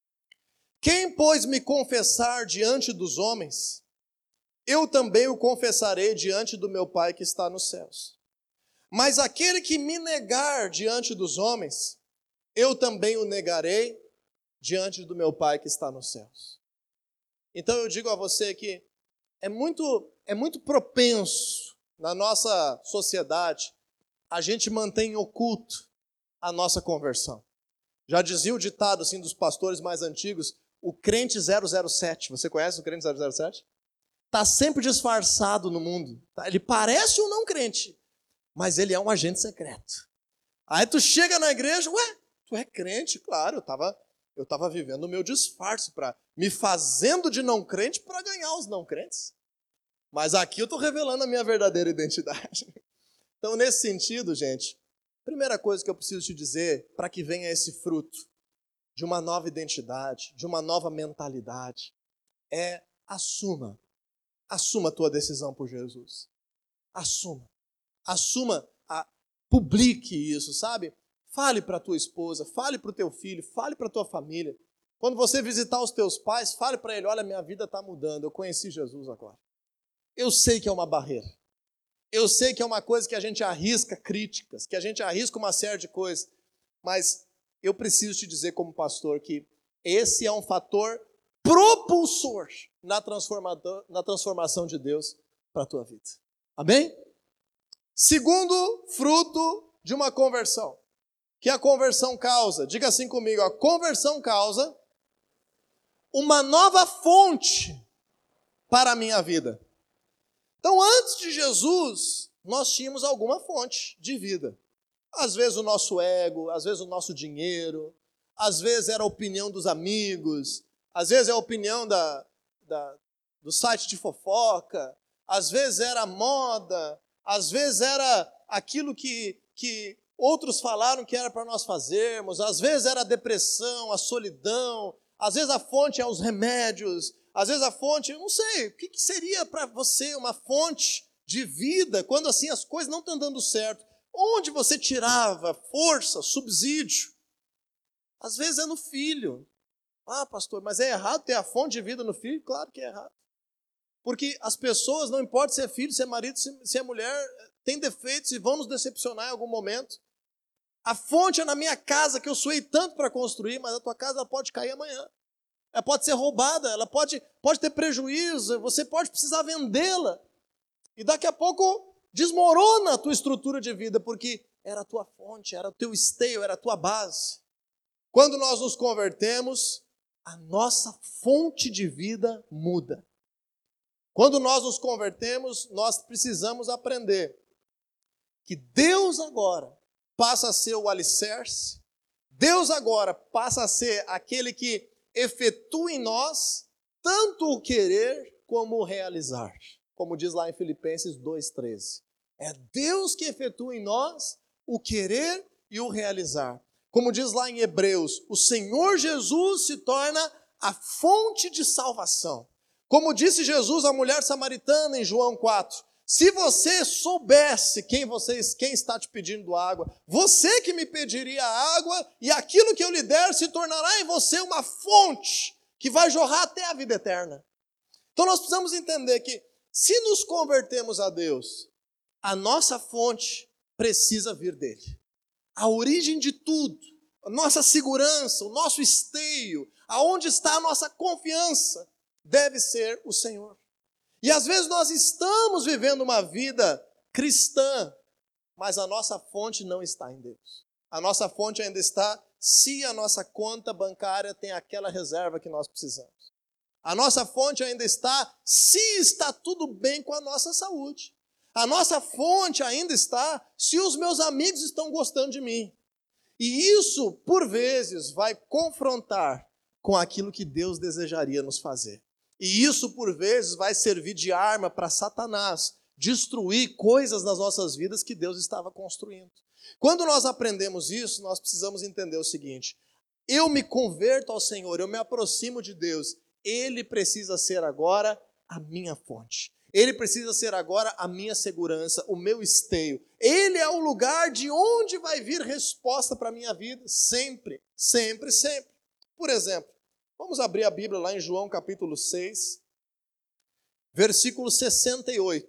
Quem, pois, me confessar diante dos homens, eu também o confessarei diante do meu Pai que está nos céus. Mas aquele que me negar diante dos homens, eu também o negarei diante do meu Pai que está nos céus. Então eu digo a você que é muito propenso na nossa sociedade a gente manter em oculto a nossa conversão. Já dizia o ditado assim dos pastores mais antigos, o crente 007. Você conhece o crente 007? Está sempre disfarçado no mundo. Tá? Ele parece um não crente, mas ele é um agente secreto. Aí tu chega na igreja, tu é crente? Claro, eu estava vivendo o meu disfarce, me fazendo de não crente para ganhar os não crentes. Mas aqui eu estou revelando a minha verdadeira identidade. Então, nesse sentido, gente, primeira coisa que eu preciso te dizer para que venha esse fruto de uma nova identidade, de uma nova mentalidade, é assuma a tua decisão por Jesus. Publique isso, sabe? Fale para a tua esposa, fale para o teu filho, fale para a tua família. Quando você visitar os teus pais, fale para ele, olha, minha vida está mudando, eu conheci Jesus agora. Eu sei que é uma barreira. Eu sei que é uma coisa que a gente arrisca críticas, que a gente arrisca uma série de coisas, mas eu preciso te dizer como pastor que esse é um fator propulsor na transformação de Deus para a tua vida. Amém? Segundo fruto de uma conversão, que a conversão causa, diga assim comigo, a conversão causa uma nova fonte para a minha vida. Então, antes de Jesus, nós tínhamos alguma fonte de vida. Às vezes o nosso ego, às vezes o nosso dinheiro, às vezes era a opinião dos amigos, às vezes é a opinião do site de fofoca, às vezes era a moda, às vezes era aquilo que outros falaram que era para nós fazermos, às vezes era a depressão, a solidão, às vezes a fonte é os remédios, às vezes a fonte, eu não sei, o que seria para você uma fonte de vida quando assim as coisas não estão dando certo? Onde você tirava força, subsídio? Às vezes é no filho. Ah, pastor, mas é errado ter a fonte de vida no filho? Claro que é errado. Porque as pessoas, não importa se é filho, se é marido, se é mulher, tem defeitos e vão nos decepcionar em algum momento. A fonte é na minha casa, que eu suei tanto para construir, mas a tua casa ela pode cair amanhã. Ela pode ser roubada, ela pode ter prejuízo, você pode precisar vendê-la. E daqui a pouco desmorona a tua estrutura de vida, porque era a tua fonte, era o teu esteio, era a tua base. Quando nós nos convertemos, a nossa fonte de vida muda. Quando nós nos convertemos, nós precisamos aprender que Deus agora passa a ser o alicerce, Deus agora passa a ser aquele que efetua em nós tanto o querer como o realizar. como diz lá em Filipenses 2,13. É Deus que efetua em nós o querer e o realizar. Como diz lá em Hebreus, o Senhor Jesus se torna a fonte de salvação. Como disse Jesus à mulher samaritana em João 4, se você soubesse quem está te pedindo água, você que me pediria água, e aquilo que eu lhe der se tornará em você uma fonte que vai jorrar até a vida eterna. Então nós precisamos entender que se nos convertemos a Deus, a nossa fonte precisa vir dele. A origem de tudo, a nossa segurança, o nosso esteio, aonde está a nossa confiança, deve ser o Senhor. E às vezes nós estamos vivendo uma vida cristã, mas a nossa fonte não está em Deus. A nossa fonte ainda está se a nossa conta bancária tem aquela reserva que nós precisamos. A nossa fonte ainda está se está tudo bem com a nossa saúde. A nossa fonte ainda está se os meus amigos estão gostando de mim. E isso, por vezes, vai confrontar com aquilo que Deus desejaria nos fazer. E isso, por vezes, vai servir de arma para Satanás destruir coisas nas nossas vidas que Deus estava construindo. Quando nós aprendemos isso, nós precisamos entender o seguinte: eu me converto ao Senhor, eu me aproximo de Deus, Ele precisa ser agora a minha fonte. Ele precisa ser agora a minha segurança, o meu esteio. Ele é o lugar de onde vai vir resposta para a minha vida, sempre, sempre, sempre. Por exemplo, vamos abrir a Bíblia lá em João capítulo 6, versículo 68.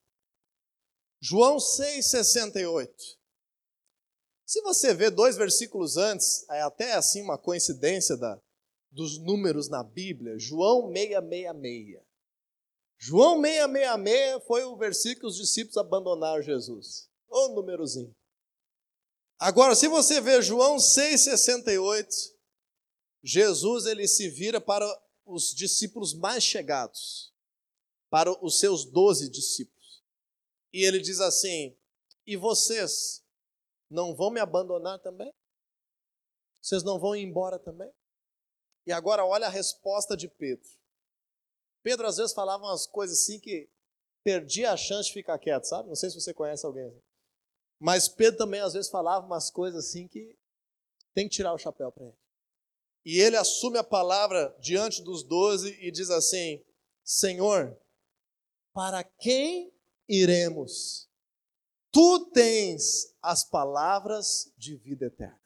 João 6, 68. Se você vê 2 versículos antes, é até assim uma coincidência dos números na Bíblia, João 666. João 666 foi o versículo que os discípulos abandonaram Jesus. Ô númerozinho. Agora, se você ver João 6,68, Jesus ele se vira para os discípulos mais chegados, para os seus 12 discípulos. E ele diz assim: e vocês não vão me abandonar também? Vocês não vão ir embora também? E agora olha a resposta de Pedro. Pedro às vezes falava umas coisas assim que perdia a chance de ficar quieto, sabe? Não sei se você conhece alguém. Mas Pedro também às vezes falava umas coisas assim que tem que tirar o chapéu para ele. E ele assume a palavra diante dos 12 e diz assim: Senhor, para quem iremos? Tu tens as palavras de vida eterna.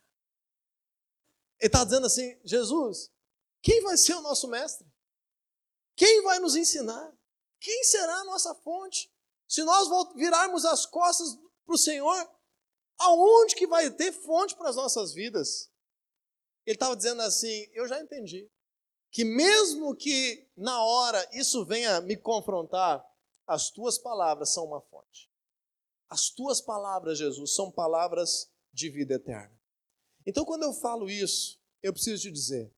Ele está dizendo assim: Jesus, quem vai ser o nosso mestre? Quem vai nos ensinar? Quem será a nossa fonte? Se nós virarmos as costas para o Senhor, aonde que vai ter fonte para as nossas vidas? Ele estava dizendo assim: eu já entendi que mesmo que na hora isso venha me confrontar, as tuas palavras são uma fonte. As tuas palavras, Jesus, são palavras de vida eterna. Então, quando eu falo isso, eu preciso te dizer,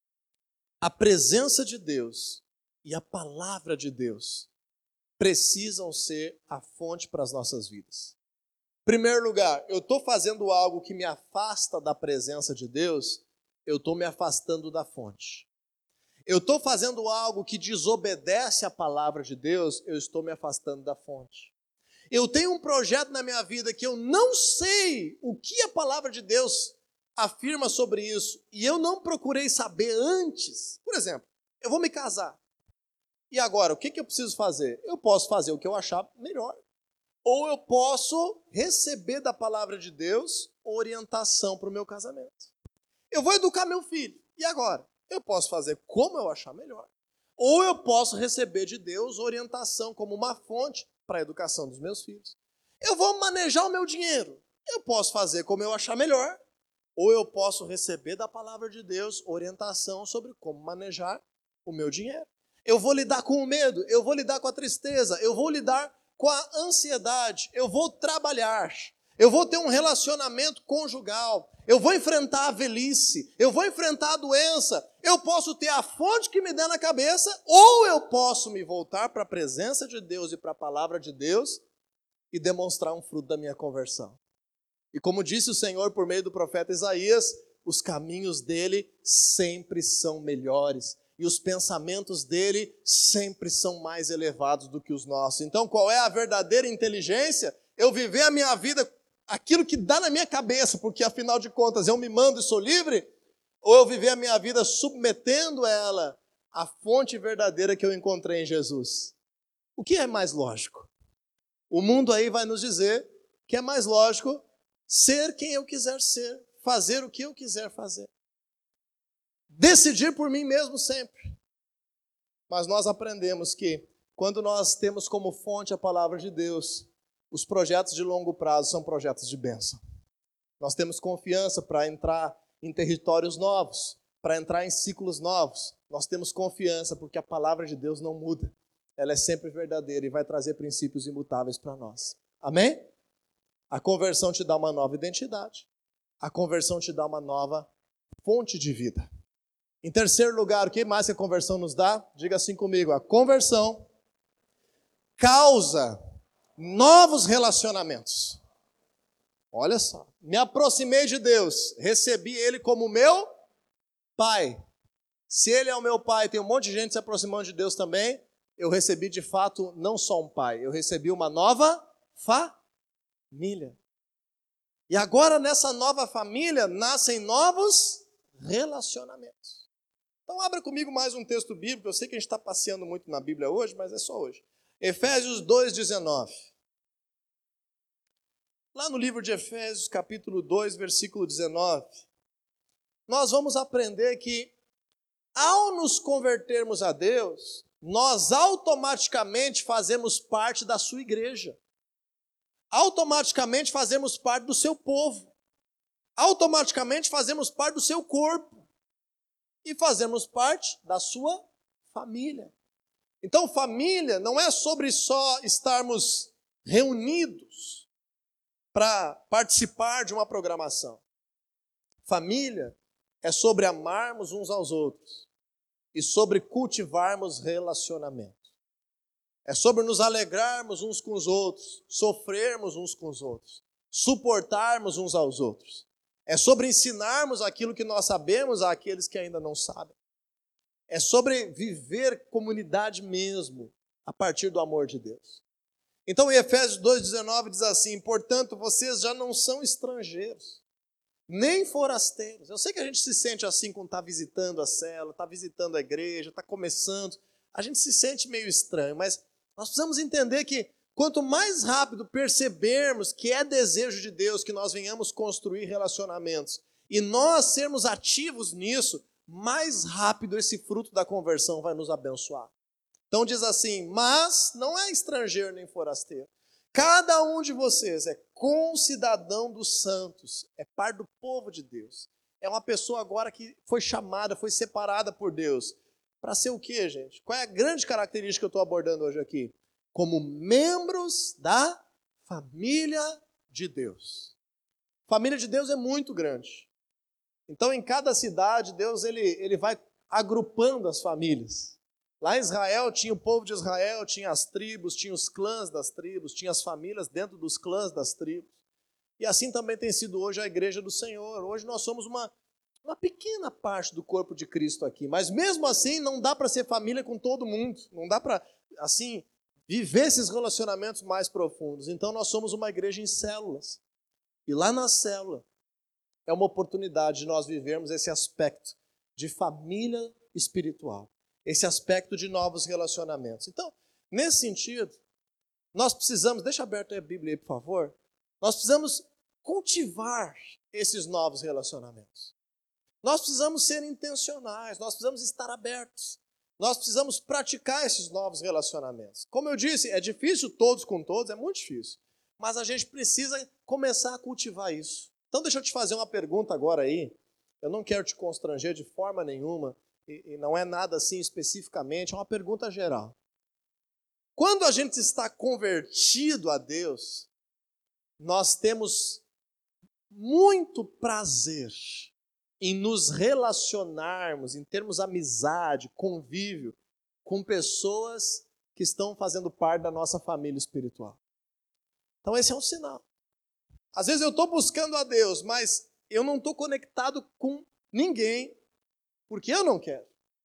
a presença de Deus e a palavra de Deus precisam ser a fonte para as nossas vidas. Em primeiro lugar, eu estou fazendo algo que me afasta da presença de Deus, eu estou me afastando da fonte. Eu estou fazendo algo que desobedece à palavra de Deus, eu estou me afastando da fonte. Eu tenho um projeto na minha vida que eu não sei o que a palavra de Deus afirma sobre isso, e eu não procurei saber antes. Por exemplo, eu vou me casar. E agora, o que eu preciso fazer? Eu posso fazer o que eu achar melhor. Ou eu posso receber da palavra de Deus orientação para o meu casamento. Eu vou educar meu filho. E agora? Eu posso fazer como eu achar melhor. Ou eu posso receber de Deus orientação como uma fonte para a educação dos meus filhos. Eu vou manejar o meu dinheiro. Eu posso fazer como eu achar melhor. Ou eu posso receber da palavra de Deus orientação sobre como manejar o meu dinheiro. Eu vou lidar com o medo, eu vou lidar com a tristeza, eu vou lidar com a ansiedade, eu vou trabalhar, eu vou ter um relacionamento conjugal, eu vou enfrentar a velhice, eu vou enfrentar a doença, eu posso ter a fonte que me der na cabeça, ou eu posso me voltar para a presença de Deus e para a palavra de Deus e demonstrar um fruto da minha conversão. E como disse o Senhor por meio do profeta Isaías, os caminhos dele sempre são melhores e os pensamentos dele sempre são mais elevados do que os nossos. Então, qual é a verdadeira inteligência? Eu viver a minha vida, aquilo que dá na minha cabeça, porque afinal de contas eu me mando e sou livre, ou eu viver a minha vida submetendo ela à fonte verdadeira que eu encontrei em Jesus? O que é mais lógico? O mundo aí vai nos dizer que é mais lógico ser quem eu quiser ser, fazer o que eu quiser fazer. Decidir por mim mesmo sempre. Mas nós aprendemos que quando nós temos como fonte a palavra de Deus, os projetos de longo prazo são projetos de bênção. Nós temos confiança para entrar em territórios novos, para entrar em ciclos novos. Nós temos confiança porque a palavra de Deus não muda. Ela é sempre verdadeira e vai trazer princípios imutáveis para nós. Amém? A conversão te dá uma nova identidade. A conversão te dá uma nova fonte de vida. Em terceiro lugar, o que mais que a conversão nos dá? Diga assim comigo, a conversão causa novos relacionamentos. Olha só, me aproximei de Deus, recebi Ele como meu Pai. Se Ele é o meu Pai, tem um monte de gente se aproximando de Deus também, eu recebi de fato não só um Pai, eu recebi uma nova família. E agora nessa nova família nascem novos relacionamentos. Então abra comigo mais um texto bíblico, eu sei que a gente está passeando muito na Bíblia hoje, mas é só hoje. Efésios 2,19. Lá no livro de Efésios, capítulo 2, versículo 19, nós vamos aprender que ao nos convertermos a Deus, nós automaticamente fazemos parte da sua igreja. Automaticamente fazemos parte do seu povo. Automaticamente fazemos parte do seu corpo. E fazemos parte da sua família. Então, família não é sobre só estarmos reunidos para participar de uma programação. Família é sobre amarmos uns aos outros e sobre cultivarmos relacionamento. É sobre nos alegrarmos uns com os outros, sofrermos uns com os outros, suportarmos uns aos outros. É sobre ensinarmos aquilo que nós sabemos àqueles que ainda não sabem. É sobre viver comunidade mesmo, a partir do amor de Deus. Então, em Efésios 2,19 diz assim, portanto, vocês já não são estrangeiros, nem forasteiros. Eu sei que a gente se sente assim quando está visitando a célula, está visitando a igreja, está começando. A gente se sente meio estranho, mas nós precisamos entender que quanto mais rápido percebermos que é desejo de Deus que nós venhamos construir relacionamentos e nós sermos ativos nisso, mais rápido esse fruto da conversão vai nos abençoar. Então diz assim, mas não é estrangeiro nem forasteiro. Cada um de vocês é concidadão dos santos, é par do povo de Deus. É uma pessoa agora que foi chamada, foi separada por Deus. Para ser o quê, gente? Qual é a grande característica que eu estou abordando hoje aqui? Como membros da família de Deus. Família de Deus é muito grande. Então, em cada cidade, Deus ele vai agrupando as famílias. Lá em Israel, tinha o povo de Israel, tinha as tribos, tinha os clãs das tribos, tinha as famílias dentro dos clãs das tribos. E assim também tem sido hoje a igreja do Senhor. Hoje nós somos uma pequena parte do corpo de Cristo aqui. Mas mesmo assim, não dá para ser família com todo mundo. Não dá para, assim, viver esses relacionamentos mais profundos. Então nós somos uma igreja em células. E lá na célula é uma oportunidade de nós vivermos esse aspecto de família espiritual. Esse aspecto de novos relacionamentos. Então, nesse sentido, nós precisamos, deixa aberto a Bíblia aí, por favor. Nós precisamos cultivar esses novos relacionamentos. Nós precisamos ser intencionais, nós precisamos estar abertos. Nós precisamos praticar esses novos relacionamentos. Como eu disse, é difícil todos com todos, é muito difícil. Mas a gente precisa começar a cultivar isso. Então deixa eu te fazer uma pergunta agora aí. Eu não quero te constranger de forma nenhuma, e não é nada assim especificamente, é uma pergunta geral. Quando a gente está convertido a Deus, nós temos muito prazer em nos relacionarmos, em termos amizade, convívio com pessoas que estão fazendo parte da nossa família espiritual. Então esse é um sinal. Às vezes eu estou buscando a Deus, mas eu não estou conectado com ninguém, porque eu não quero.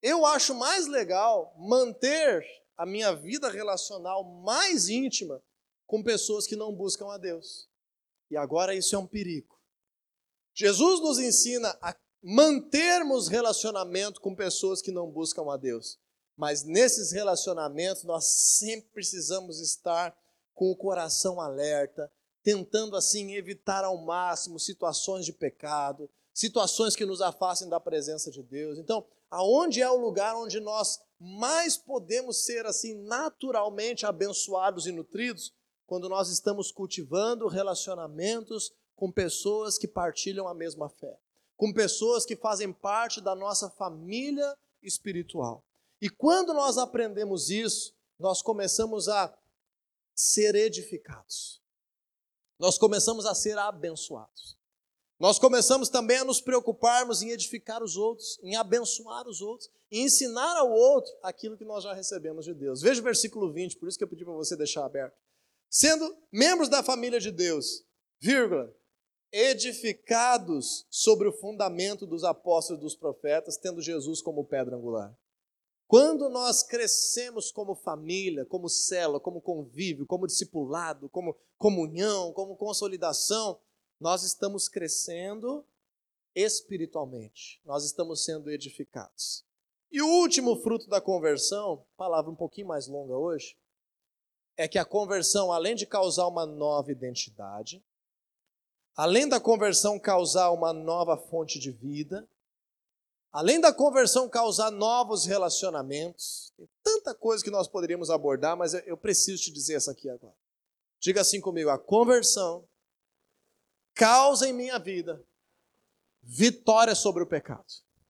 eu acho mais legal manter a minha vida relacional mais íntima com pessoas que não buscam a Deus. E agora isso é um perigo. Jesus nos ensina a mantermos relacionamento com pessoas que não buscam a Deus. Mas nesses relacionamentos nós sempre precisamos estar com o coração alerta, tentando assim evitar ao máximo situações de pecado, situações que nos afastem da presença de Deus. Então, aonde é o lugar onde nós mais podemos ser assim naturalmente abençoados e nutridos? Quando nós estamos cultivando relacionamentos com pessoas que partilham a mesma fé, com pessoas que fazem parte da nossa família espiritual. E quando nós aprendemos isso, nós começamos a ser edificados. Nós começamos a ser abençoados. Nós começamos também a nos preocuparmos em edificar os outros, em abençoar os outros, e ensinar ao outro aquilo que nós já recebemos de Deus. Veja o versículo 20, por isso que eu pedi para você deixar aberto. Sendo membros da família de Deus, vírgula, edificados sobre o fundamento dos apóstolos e dos profetas, tendo Jesus como pedra angular. Quando nós crescemos como família, como célula, como convívio, como discipulado, como comunhão, como consolidação, nós estamos crescendo espiritualmente, nós estamos sendo edificados. E o último fruto da conversão, palavra um pouquinho mais longa hoje, é que a conversão, além de causar uma nova identidade, além da conversão causar uma nova fonte de vida, além da conversão causar novos relacionamentos, tem tanta coisa que nós poderíamos abordar, mas eu preciso te dizer essa aqui agora. Diga assim comigo, a conversão causa em minha vida vitória sobre o pecado.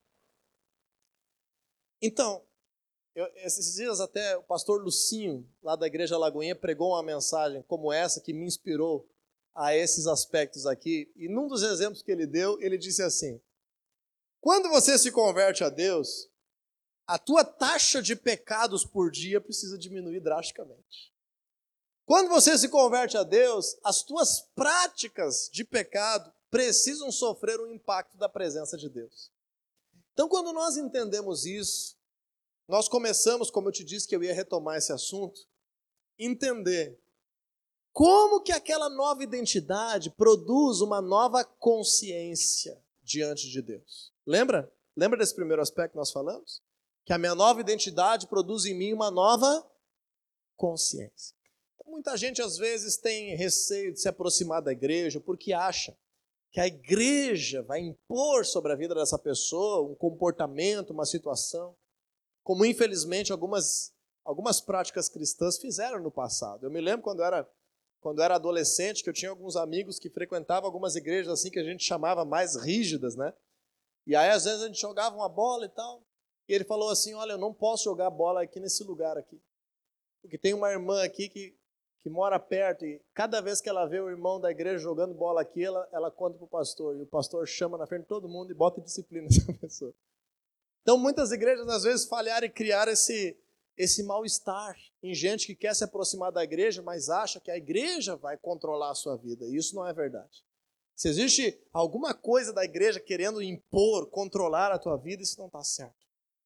Então, esses dias até o pastor Lucinho, lá da Igreja Lagoinha, pregou uma mensagem como essa que me inspirou a esses aspectos aqui. E num dos exemplos que ele deu, ele disse assim: quando você se converte a Deus, a tua taxa de pecados por dia precisa diminuir drasticamente. Quando você se converte a Deus, as tuas práticas de pecado precisam sofrer o impacto da presença de Deus. Então, quando nós entendemos isso, nós começamos, como eu te disse que eu ia retomar esse assunto, entender como que aquela nova identidade produz uma nova consciência diante de Deus. Lembra? Lembra desse primeiro aspecto que nós falamos? Que a minha nova identidade produz em mim uma nova consciência. Muita gente às vezes tem receio de se aproximar da igreja porque acha que a igreja vai impor sobre a vida dessa pessoa um comportamento, uma situação, como infelizmente algumas práticas cristãs fizeram no passado. Eu me lembro quando eu era adolescente, que eu tinha alguns amigos que frequentavam algumas igrejas assim que a gente chamava mais rígidas, né? E aí às vezes a gente jogava uma bola e tal, e ele falou assim: olha, eu não posso jogar bola aqui nesse lugar aqui, porque tem uma irmã aqui que mora perto, e cada vez que ela vê o irmão da igreja jogando bola aqui, ela conta para o pastor, e o pastor chama na frente de todo mundo e bota disciplina nessa pessoa. Então muitas igrejas às vezes falharam e criaram esse mal-estar em gente que quer se aproximar da igreja, mas acha que a igreja vai controlar a sua vida, e isso não é verdade. Se existe alguma coisa da igreja querendo impor, controlar a tua vida, isso não está certo.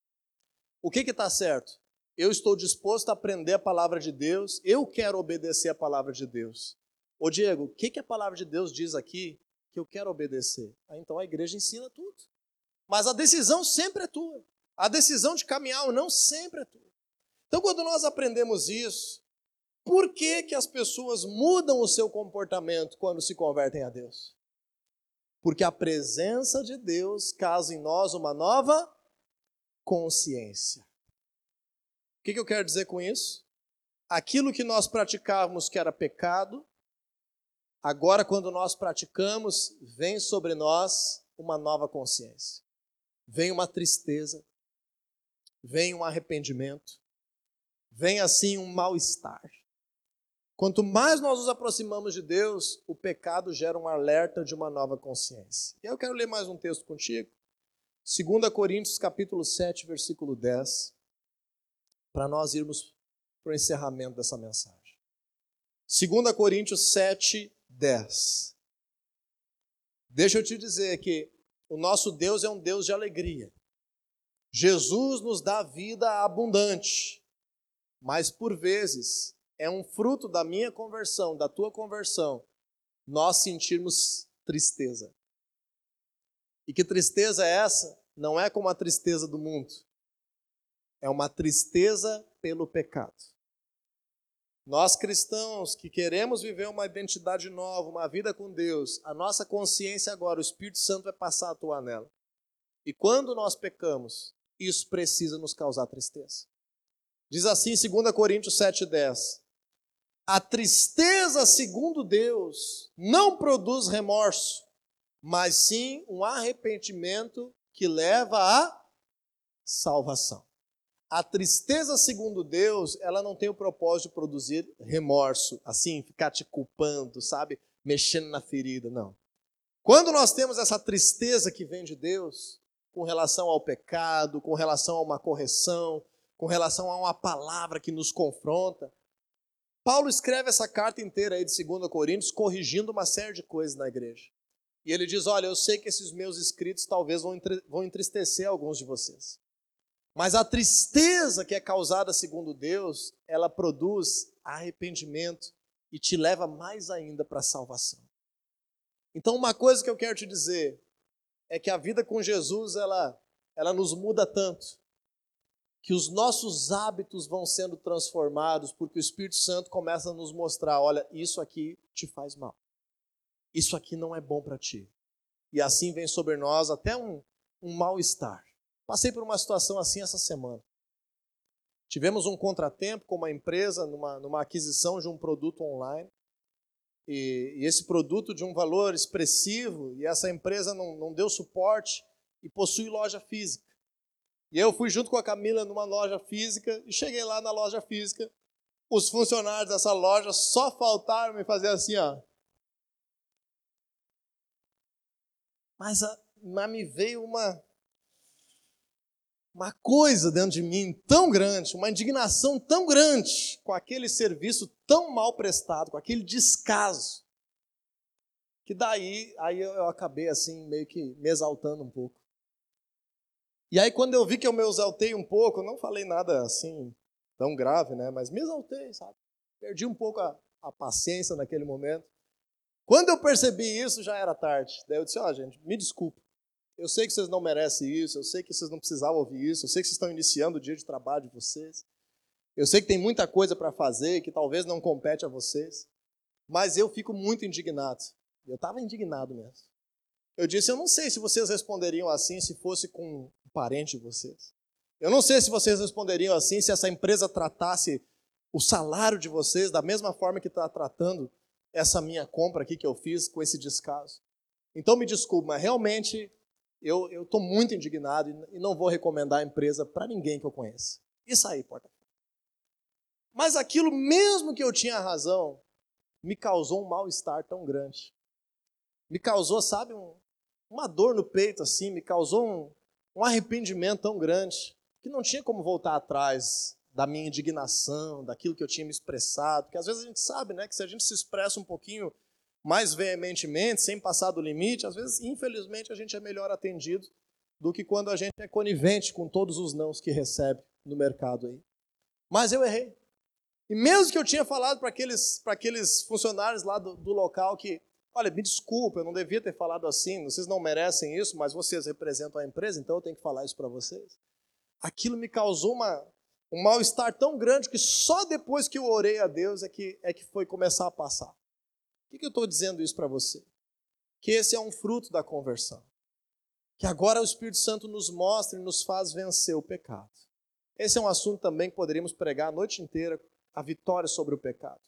O que está certo? Eu estou disposto a aprender a palavra de Deus, eu quero obedecer a palavra de Deus. Ô Diego, o que a palavra de Deus diz aqui que eu quero obedecer? Então a igreja ensina tudo. Mas a decisão sempre é tua. A decisão de caminhar ou não sempre é tua. Então quando nós aprendemos isso, por que as pessoas mudam o seu comportamento quando se convertem a Deus? Porque a presença de Deus causa em nós uma nova consciência. O que eu quero dizer com isso? Aquilo que nós praticávamos que era pecado, agora quando nós praticamos, vem sobre nós uma nova consciência. Vem uma tristeza, vem um arrependimento, vem assim um mal-estar. Quanto mais nós nos aproximamos de Deus, o pecado gera um alerta de uma nova consciência. E eu quero ler mais um texto contigo. 2 Coríntios capítulo 7, versículo 10, para nós irmos para o encerramento dessa mensagem. 2 Coríntios 7, 10. Deixa eu te dizer que o nosso Deus é um Deus de alegria. Jesus nos dá vida abundante, mas por vezes é um fruto da minha conversão, da tua conversão, nós sentirmos tristeza. E que tristeza é essa? Não é como a tristeza do mundo. É uma tristeza pelo pecado. Nós cristãos que queremos viver uma identidade nova, uma vida com Deus, a nossa consciência agora, o Espírito Santo vai passar a atuar nela. E quando nós pecamos, isso precisa nos causar tristeza. Diz assim em 2 Coríntios 7,10. A tristeza, segundo Deus, não produz remorso, mas sim um arrependimento que leva à salvação. A tristeza, segundo Deus, ela não tem o propósito de produzir remorso, assim, ficar te culpando, sabe? Mexendo na ferida, não. Quando nós temos essa tristeza que vem de Deus, com relação ao pecado, com relação a uma correção, com relação a uma palavra que nos confronta, Paulo escreve essa carta inteira aí de 2 Coríntios, corrigindo uma série de coisas na igreja. E ele diz, olha, eu sei que esses meus escritos talvez vão entristecer alguns de vocês. Mas a tristeza que é causada segundo Deus, ela produz arrependimento e te leva mais ainda para a salvação. Então uma coisa que eu quero te dizer é que a vida com Jesus, ela nos muda tanto, que os nossos hábitos vão sendo transformados, porque o Espírito Santo começa a nos mostrar, olha, isso aqui te faz mal. Isso aqui não é bom para ti. E assim vem sobre nós até um mal-estar. Passei por uma situação assim essa semana. Tivemos um contratempo com uma empresa numa aquisição de um produto online. E esse produto de um valor expressivo, e essa empresa não deu suporte e possui loja física. E eu fui junto com a Camila numa loja física e cheguei lá na loja física. Os funcionários dessa loja só faltaram me fazer assim, ó. Mas me veio uma coisa dentro de mim tão grande, uma indignação tão grande com aquele serviço tão mal prestado, com aquele descaso, que daí aí eu acabei assim meio que me exaltando um pouco. E aí quando eu vi que eu me exaltei um pouco, eu não falei nada assim tão grave, né? Mas me exaltei, sabe? Perdi um pouco a paciência naquele momento. Quando eu percebi isso, já era tarde. Daí eu disse, gente, me desculpa. Eu sei que vocês não merecem isso, eu sei que vocês não precisavam ouvir isso, eu sei que vocês estão iniciando o dia de trabalho de vocês. Eu sei que tem muita coisa para fazer que talvez não compete a vocês. Mas eu fico muito indignado. Eu estava indignado mesmo. Eu disse, eu não sei se vocês responderiam assim se fosse com um parente de vocês. Eu não sei se vocês responderiam assim se essa empresa tratasse o salário de vocês da mesma forma que está tratando essa minha compra aqui que eu fiz com esse descaso. Então me desculpe, mas realmente eu estou muito indignado e não vou recomendar a empresa para ninguém que eu conheça. Isso aí, porta. Mas aquilo, mesmo que eu tinha razão, me causou um mal-estar tão grande. Me causou, sabe, uma dor no peito, assim, me causou um arrependimento tão grande, que não tinha como voltar atrás da minha indignação, daquilo que eu tinha me expressado, porque às vezes a gente sabe, né, que se a gente se expressa um pouquinho mais veementemente, sem passar do limite, às vezes, infelizmente, a gente é melhor atendido do que quando a gente é conivente com todos os nãos que recebe no mercado aí. Mas eu errei. E mesmo que eu tinha falado para aqueles funcionários lá do local que, olha, me desculpa, eu não devia ter falado assim, vocês não merecem isso, mas vocês representam a empresa, então eu tenho que falar isso para vocês. Aquilo me causou um mal-estar tão grande que só depois que eu orei a Deus é que foi começar a passar. Por que eu estou dizendo isso para você? Que esse é um fruto da conversão. Que agora o Espírito Santo nos mostra e nos faz vencer o pecado. Esse é um assunto também que poderíamos pregar a noite inteira, a vitória sobre o pecado.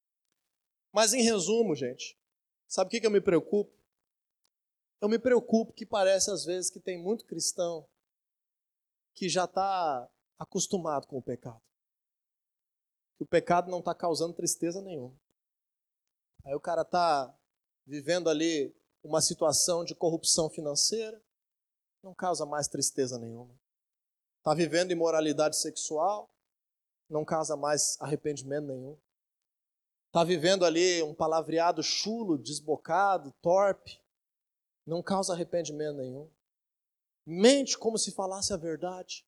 Mas em resumo, gente, sabe o que eu me preocupo? Eu me preocupo que parece às vezes que tem muito cristão que já está acostumado com o pecado. Que o pecado não está causando tristeza nenhuma. Aí o cara está vivendo ali uma situação de corrupção financeira, não causa mais tristeza nenhuma. Está vivendo imoralidade sexual, não causa mais arrependimento nenhum. Está vivendo ali um palavreado chulo, desbocado, torpe, não causa arrependimento nenhum. mente como se falasse a verdade,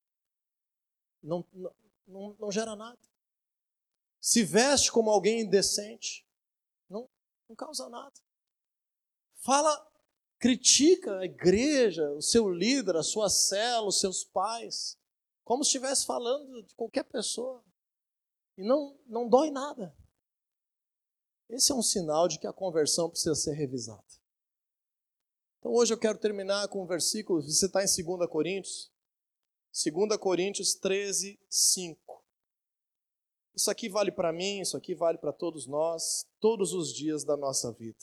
não gera nada. Se veste como alguém indecente, não causa nada. Fala, critica a igreja, o seu líder, a sua célula, os seus pais, como se estivesse falando de qualquer pessoa. E não dói nada. Esse é um sinal de que a conversão precisa ser revisada. Então hoje eu quero terminar com um versículo, você está em 2 Coríntios, 2 Coríntios 13, 5. Isso aqui vale para mim, isso aqui vale para todos nós, todos os dias da nossa vida.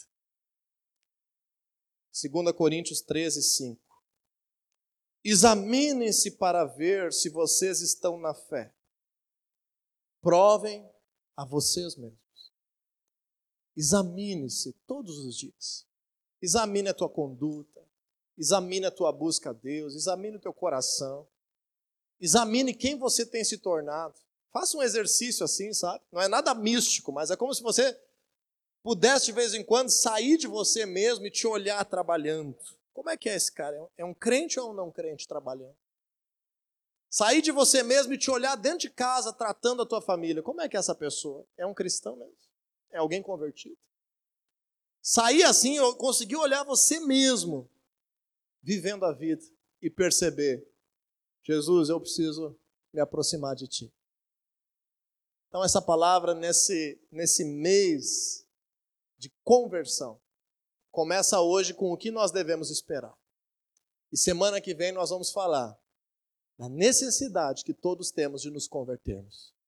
2 Coríntios 13, 5. Examinem-se para ver se vocês estão na fé. Provem a vocês mesmos. Examine-se todos os dias. Examine a tua conduta. Examine a tua busca a Deus. Examine o teu coração. Examine quem você tem se tornado. Faça um exercício assim, sabe? Não é nada místico, mas é como se você pudesse de vez em quando sair de você mesmo e te olhar trabalhando. Como é que é esse cara? É um crente ou um não crente trabalhando? Sair de você mesmo e te olhar dentro de casa tratando a tua família. Como é que é essa pessoa? É um cristão mesmo? É alguém convertido? Sair assim, conseguir olhar você mesmo, vivendo a vida e perceber, Jesus, eu preciso me aproximar de ti. Então essa palavra nesse mês de conversão começa hoje com o que nós devemos esperar. E semana que vem nós vamos falar da necessidade que todos temos de nos convertermos.